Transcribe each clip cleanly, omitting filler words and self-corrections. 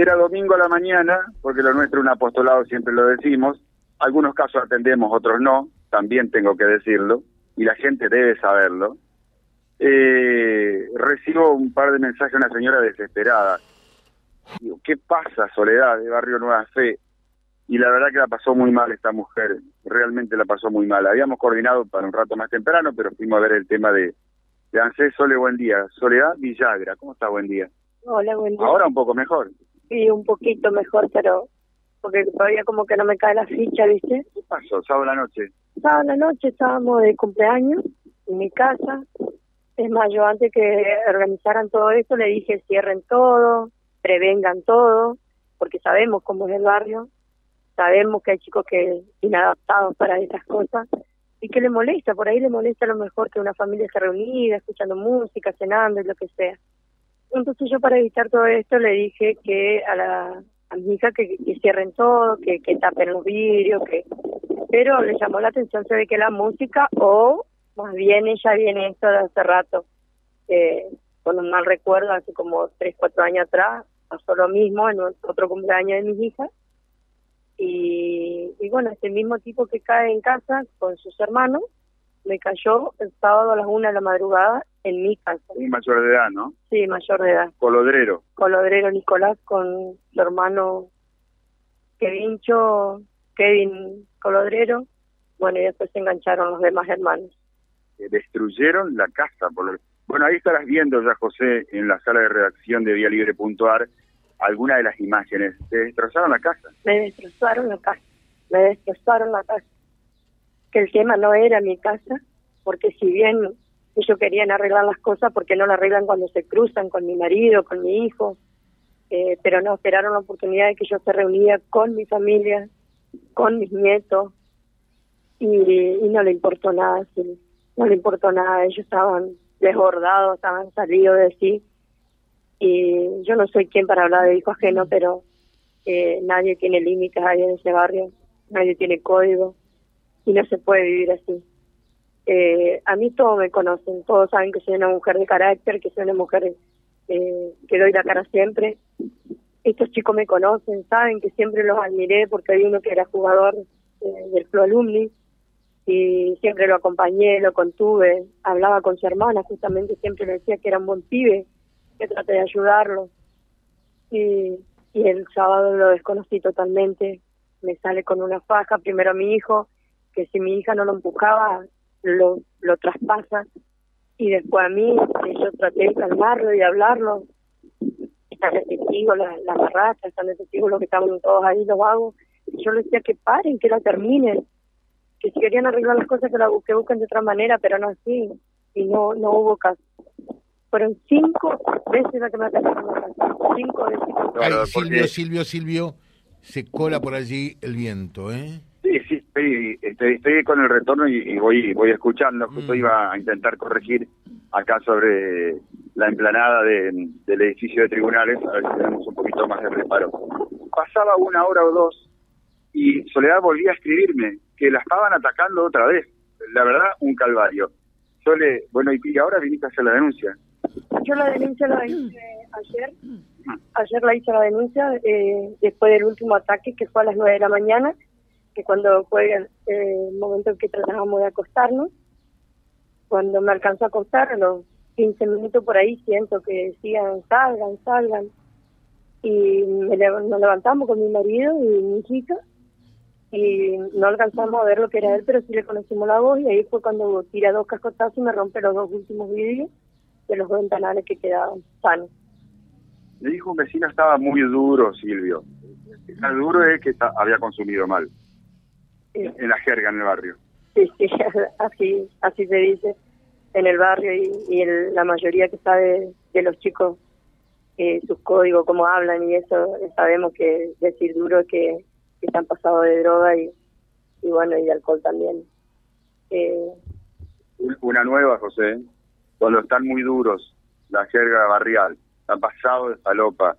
Era domingo a la mañana, porque lo nuestro es un apostolado, siempre lo decimos. Algunos casos atendemos, otros no, también tengo que decirlo, y la gente debe saberlo. Recibo un par de mensajes de una señora desesperada. Digo, ¿qué pasa, Soledad, de Barrio Nueva Fe? Y la verdad que la pasó muy mal esta mujer, realmente la pasó muy mal. Habíamos coordinado para un rato más temprano, pero fuimos a ver el tema de ANSES. Sole, buen día. Soledad Villagra, ¿cómo está? Buen día. Hola, buen día. Ahora un poco mejor. Sí, un poquito mejor, pero porque todavía como que no me cae la ficha, ¿viste? ¿Qué pasó? ¿Sábado a la noche? Sábado a la noche estábamos de cumpleaños en mi casa. Es más, yo antes que organizaran todo esto le dije cierren todo, prevengan todo, porque sabemos cómo es el barrio, sabemos que hay chicos que inadaptados para esas cosas y que le molesta, por ahí le molesta a lo mejor que una familia esté reunida, escuchando música, cenando y lo que sea. Entonces yo para evitar todo esto le dije que a mi hija que cierren todo, que tapen los vidrios, pero le llamó la atención, se ve que la música, o más bien ella viene esto de hace rato, con un mal recuerdo, hace como 3, 4 años atrás, pasó lo mismo en otro cumpleaños de mis hijas, y bueno, este mismo tipo que cae en casa con sus hermanos, me cayó el sábado a las 1 de la madrugada en mi casa. Un mayor de edad, ¿no? Sí, mayor de edad. Colodrero. Colodrero Nicolás con su hermano Kevin Colodrero. Bueno, y después se engancharon los demás hermanos. Destruyeron la casa. Bueno, ahí estarás viendo ya, José, en la sala de redacción de ViaLibre.ar, alguna de las imágenes. Te destrozaron la casa. Me destrozaron la casa. Que el tema no era mi casa, porque si bien ellos querían arreglar las cosas, porque no las arreglan cuando se cruzan con mi marido, con mi hijo, pero no esperaron la oportunidad de que yo se reunía con mi familia, con mis nietos, y no le importó nada, sí, no le importó nada. Ellos estaban desbordados, estaban salidos de sí, y yo no soy quien para hablar de hijo ajeno, pero nadie tiene límites ahí en ese barrio, nadie tiene código, y no se puede vivir así. A mí todos me conocen, todos saben que soy una mujer de carácter, que soy una mujer que doy la cara siempre. Estos chicos me conocen, saben que siempre los admiré porque hay uno que era jugador del Club Alumni y siempre lo acompañé, lo contuve, hablaba con su hermana, justamente siempre le decía que era un buen pibe, que traté de ayudarlo. Y el sábado lo desconocí totalmente, me sale con una faja, primero a mi hijo, que si mi hija no lo empujaba, lo traspasa, y después a mí, yo traté de calmarlo y de hablarlo. Están de testigo la barraca, están de testigo los que estaban todos ahí, los vagos, y yo les decía que paren, que la terminen, que si querían arreglar las cosas que busquen de otra manera, pero no así, y no hubo caso. Fueron 5 veces la que me atacaron la casa, 5 veces. Claro, Silvio, se cola por allí el viento, ¿eh? Sí, estoy con el retorno y voy escuchando. Justo iba a intentar corregir acá sobre la emplanada del edificio de tribunales, a ver si tenemos un poquito más de reparo. Pasaba 1 hora o 2 y Soledad volvía a escribirme que la estaban atacando otra vez. La verdad, un calvario. Bueno, y ahora viniste a hacer la denuncia. Yo la denuncia la hice ayer. Ayer la hice la denuncia después del último ataque, que fue a las 9 de la mañana, que cuando fue el momento en que tratábamos de acostarnos. Cuando me alcanzó a acostar, a los 15 minutos por ahí, siento que decían, salgan. Y nos levantamos con mi marido y mi hija, y no alcanzamos a ver lo que era él, pero sí le conocimos la voz, y ahí fue cuando tira 2 cascotazos y me rompe los 2 últimos vidrios de los ventanales que quedaban sanos. Me dijo un vecino estaba muy duro, Silvio. El duro es que había consumido mal. Sí. En la jerga en el barrio. Sí, así se dice en el barrio, y la mayoría que sabe de los chicos sus códigos, cómo hablan y eso, sabemos que decir duro es que están pasados de droga y bueno, y de alcohol también. Una nueva, José, cuando están muy duros, la jerga barrial, están pasados de falopa.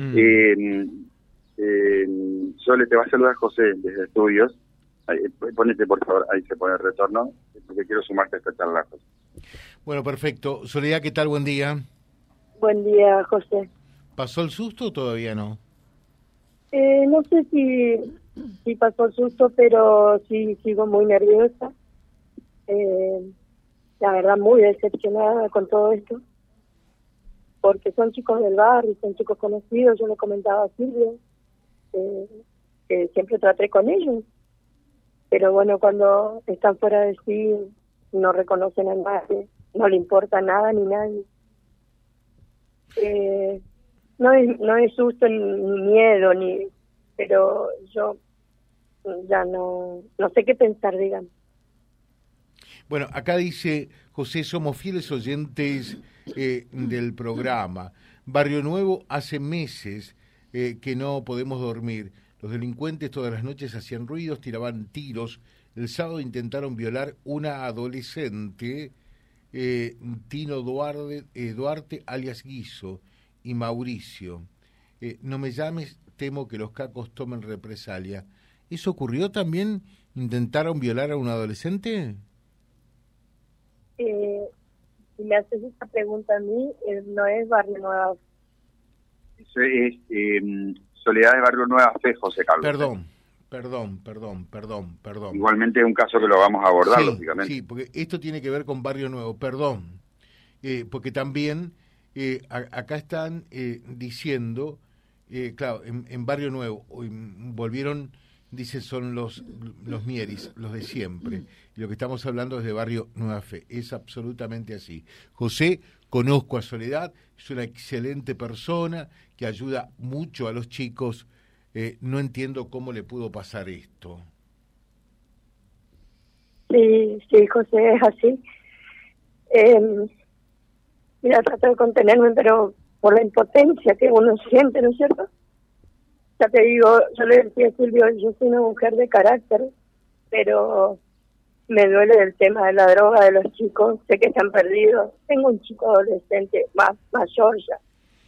Sole, te va a saludar José desde Estudios. Ponete, por favor, ahí se pone el retorno, porque quiero sumarte a esta charla, José. Bueno, perfecto. Soledad, ¿qué tal? Buen día. Buen día, José. ¿Pasó el susto o todavía no? No sé si pasó el susto, pero sí sigo muy nerviosa. La verdad, muy decepcionada con todo esto, porque son chicos del barrio, son chicos conocidos. Yo le comentaba a Silvia que siempre traté con ellos, pero bueno, cuando están fuera de sí, no reconocen a nadie, no le importa nada ni nadie. No es susto ni miedo, pero yo ya no sé qué pensar, digamos. Bueno, acá dice José, somos fieles oyentes del programa. Barrio Nuevo hace meses que no podemos dormir. Los delincuentes todas las noches hacían ruidos, tiraban tiros. El sábado intentaron violar una adolescente, Tino Duarte alias Guiso y Mauricio. No me llames, temo que los cacos tomen represalia. ¿Eso ocurrió también? ¿Intentaron violar a un adolescente? Si me haces esta pregunta a mí, no es Barrio Nueva. Eso es Soledad de Barrio Nueva Fe, José Carlos. Perdón. Igualmente es un caso que lo vamos a abordar, Sí, lógicamente. sí, porque esto tiene que ver con Barrio Nuevo, perdón. Porque también acá están diciendo, claro, en Barrio Nuevo volvieron, dice, son los Mieris, los de siempre. Y lo que estamos hablando es de Barrio Nueva Fe. Es absolutamente así. José, conozco a Soledad, es una excelente persona que ayuda mucho a los chicos. No entiendo cómo le pudo pasar esto. Sí, José, es así. Mira, trato de contenerme, pero por la impotencia que uno siente, ¿no es cierto? Ya te digo, yo le decía a Silvio, yo soy una mujer de carácter, pero me duele el tema de la droga de los chicos, sé que están perdidos. Tengo un chico adolescente mayor ya.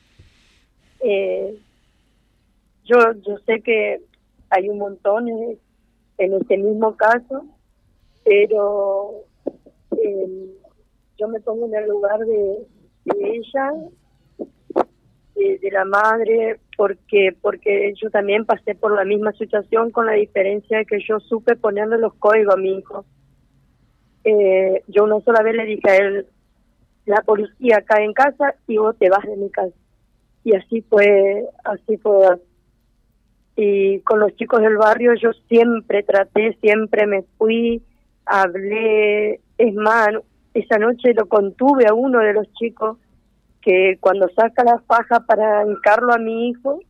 Yo sé que hay un montón en este mismo caso, pero yo me pongo en el lugar de ella, de la madre, porque yo también pasé por la misma situación, con la diferencia de que yo supe ponerle los códigos a mi hijo. Yo una sola vez le dije a él, la policía cae en casa y vos te vas de mi casa. Y así fue. Y con los chicos del barrio yo siempre traté, siempre me fui, hablé. Es más, esa noche lo contuve a uno de los chicos que cuando saca la faja para hincarlo a mi hijo,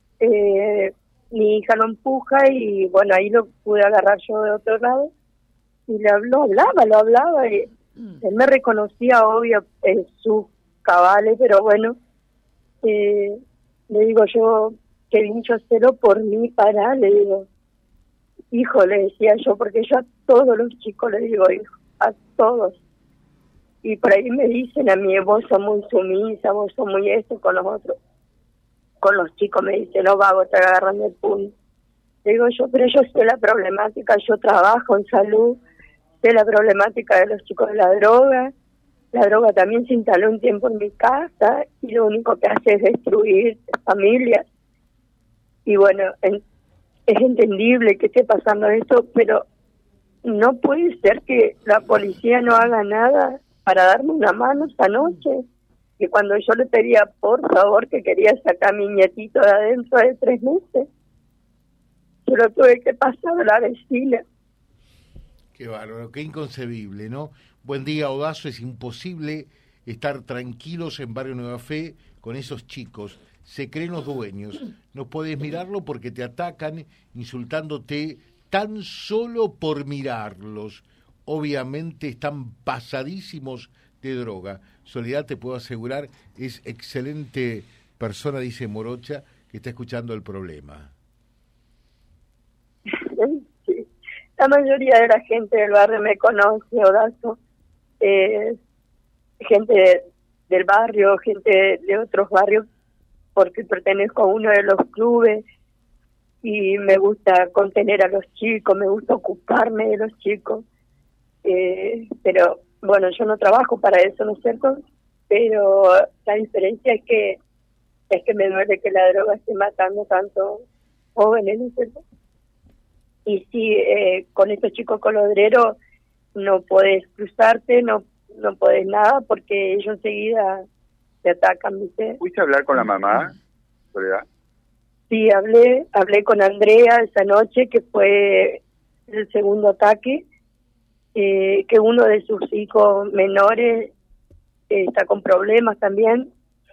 mi hija lo empuja y bueno, ahí lo pude agarrar yo de otro lado y lo hablaba y él me reconocía, obvio, en sus cabales, pero bueno, le digo yo, que vincho cero por mí, le digo, hijo, le decía yo, porque yo a todos los chicos le digo, hijo, a todos. Y por ahí me dicen a mí, vos sos muy sumisa, vos sos muy esto, con los otros. Con los chicos me dicen, no, vago, te agarran el punto. Le digo yo, pero yo sé la problemática, yo trabajo en salud, sé la problemática de los chicos de la droga. La droga también se instaló un tiempo en mi casa y lo único que hace es destruir familias. Y bueno, es entendible que esté pasando esto, pero no puede ser que la policía no haga nada para darme una mano esta noche. Que cuando yo le pedía, por favor, que quería sacar a mi nietito de adentro de 3 meses, yo lo tuve que pasar a la vecina. Qué bárbaro, qué inconcebible, ¿no? Buen día, Odazo, es imposible estar tranquilos en Barrio Nueva Fe con esos chicos. Se creen los dueños. No podés mirarlo porque te atacan insultándote tan solo por mirarlos. Obviamente están pasadísimos de droga. Soledad, te puedo asegurar, es excelente persona, dice Morocha, que está escuchando el problema. Sí. La mayoría de la gente del barrio me conoce, Horacio. Gente del barrio, gente de otros barrios, porque pertenezco a uno de los clubes y me gusta contener a los chicos, me gusta ocuparme de los chicos. Pero bueno, yo no trabajo para eso, ¿no es cierto? Pero la diferencia es que me duele que la droga esté matando jóvenes, ¿no es cierto? Y sí, con estos chicos colodreros no podés cruzarte, no podés nada, porque ellos enseguida te atacan, ¿viste? ¿Fuiste a hablar con la mamá, Soledad? Sí, hablé con Andrea esa noche, que fue el segundo ataque, que uno de sus hijos menores está con problemas también.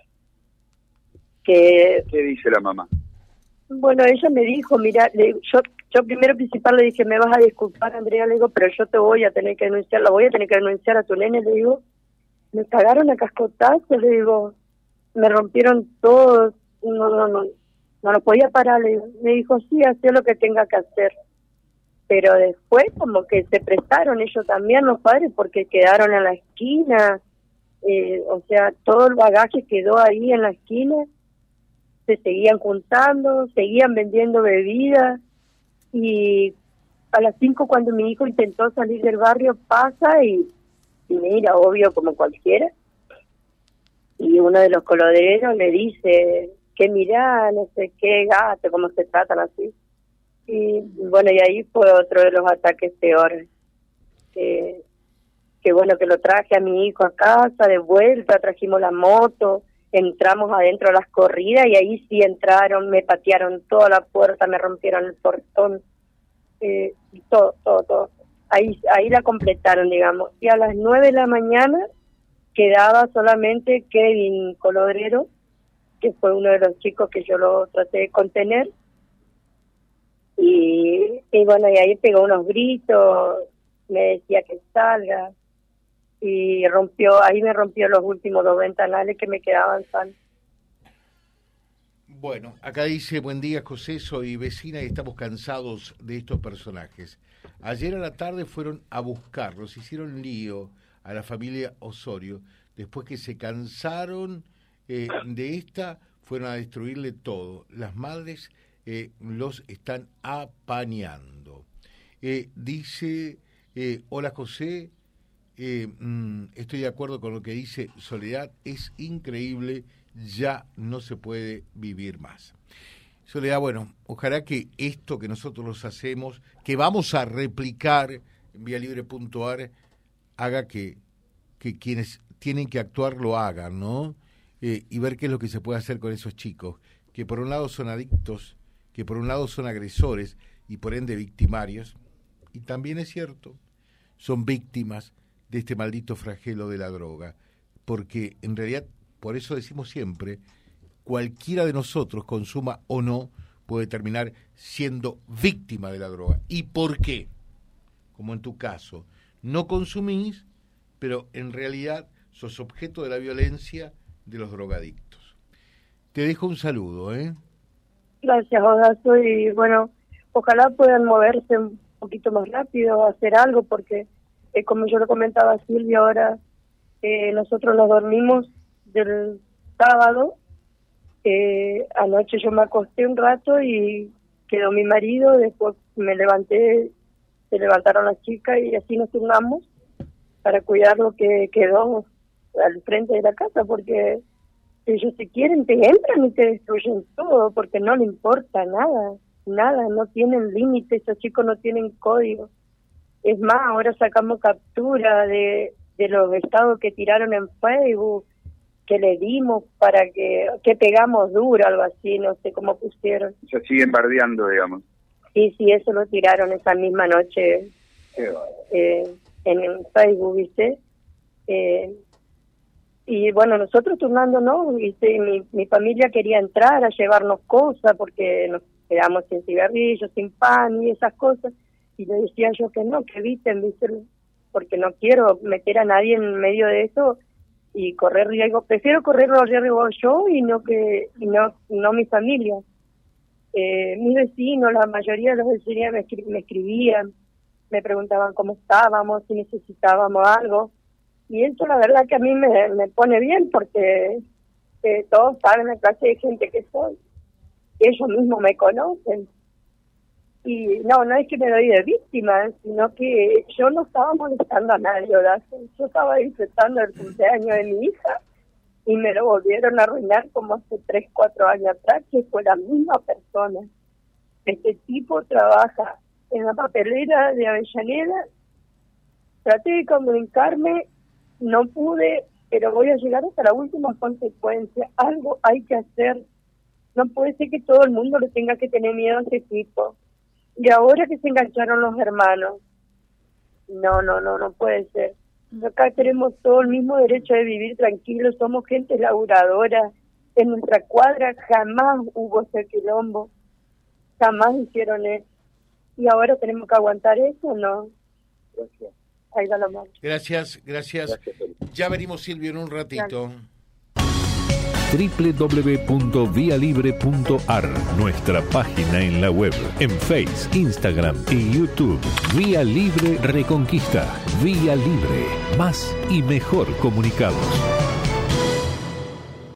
¿Qué dice la mamá? Bueno, ella me dijo, mira, yo primero principal le dije, me vas a disculpar, Andrea, le digo, pero yo te voy a tener que denunciar, la voy a tener que denunciar a tu nene, le digo, me cagaron a cascotazos, le digo, me rompieron todo, no lo podía parar, le digo. Me dijo, sí, hacé lo que tenga que hacer. Pero después como que se prestaron ellos también, los padres, porque quedaron en la esquina, o sea, todo el bagaje quedó ahí en la esquina, se seguían juntando, seguían vendiendo bebidas, y a las 5 cuando mi hijo intentó salir del barrio pasa y mira, obvio como cualquiera, y uno de los colodreros le dice que mirá, no sé qué, gato, cómo se tratan así. Y bueno, y ahí fue otro de los ataques peores. Que bueno, que lo traje a mi hijo a casa, de vuelta, trajimos la moto, entramos adentro a las corridas y ahí sí entraron, me patearon toda la puerta, me rompieron el portón, todo. Ahí la completaron, digamos. Y a las 9 de la mañana quedaba solamente Kevin Colodrero, que fue uno de los chicos que yo lo traté de contener. Y bueno, y ahí pegó unos gritos, me decía que salga, y ahí me rompió los últimos 2 ventanales que me quedaban sanos. Bueno, acá dice, buen día José, soy vecina y estamos cansados de estos personajes. Ayer a la tarde fueron a buscarlos, hicieron lío a la familia Osorio, después que se cansaron de esta, fueron a destruirle todo. Las madres los están apañando. Dice, hola José, estoy de acuerdo con lo que dice Soledad, es increíble, ya no se puede vivir más. Soledad, bueno, ojalá que esto que nosotros los hacemos, que vamos a replicar en vialibre.ar, haga que quienes tienen que actuar lo hagan, ¿no? Y ver qué es lo que se puede hacer con esos chicos, que por un lado son adictos, que por un lado son agresores y por ende victimarios, y también es cierto, son víctimas de este maldito flagelo de la droga, porque en realidad, por eso decimos siempre, cualquiera de nosotros, consuma o no, puede terminar siendo víctima de la droga. ¿Y por qué? Como en tu caso, no consumís, pero en realidad sos objeto de la violencia de los drogadictos. Te dejo un saludo, ¿eh? Gracias, Horacio, y bueno, ojalá puedan moverse un poquito más rápido, hacer algo, porque como yo lo comentaba a Silvia ahora, nosotros nos dormimos del sábado, anoche yo me acosté un rato y quedó mi marido, después me levanté, se levantaron las chicas y así nos turnamos para cuidar lo que quedó al frente de la casa, porque ellos si quieren te entran y te destruyen todo, porque no le importa nada, no tienen límites, esos chicos no tienen código. Es más, ahora sacamos captura de los estados que tiraron en Facebook, que le dimos para que pegamos duro, algo así, no sé cómo pusieron. Se siguen bardeando, digamos. Sí, eso lo tiraron esa misma noche en Facebook, ¿viste? Y bueno, nosotros turnándonos, ¿viste? Mi familia quería entrar a llevarnos cosas porque nos quedamos sin cigarrillos, sin pan y esas cosas. Y le decía yo que no, que eviten, ¿viste? Porque no quiero meter a nadie en medio de eso y correr riesgo. Prefiero correr los riesgos yo y no mi familia. Mis vecinos, la mayoría de los vecinos me escribían, me preguntaban cómo estábamos, si necesitábamos algo. Y eso la verdad que a mí me pone bien, porque todos saben la clase de gente que soy. Ellos mismos me conocen. Y no es que me doy de víctima, sino que yo no estaba molestando a nadie, Horacio. Yo estaba disfrutando el cumpleaños de mi hija y me lo volvieron a arruinar como hace 3, 4 años atrás, que fue la misma persona. Este tipo trabaja en la papelera de Avellaneda. Traté de comunicarme, no pude, pero voy a llegar hasta la última consecuencia. Algo hay que hacer. No puede ser que todo el mundo le tenga que tener miedo a ese tipo. Y ahora que se engancharon los hermanos, no puede ser. Acá tenemos todo el mismo derecho de vivir tranquilos, somos gente laburadora. En nuestra cuadra jamás hubo ese quilombo, jamás hicieron eso. Y ahora tenemos que aguantar eso, ¿no? Gracias. Ahí va la mano. Gracias. Ya venimos, Silvio, en un ratito. www.vialibre.ar, nuestra página en la web, en Face, Instagram y YouTube. Vía Libre Reconquista. Vía Libre. Más y mejor comunicados.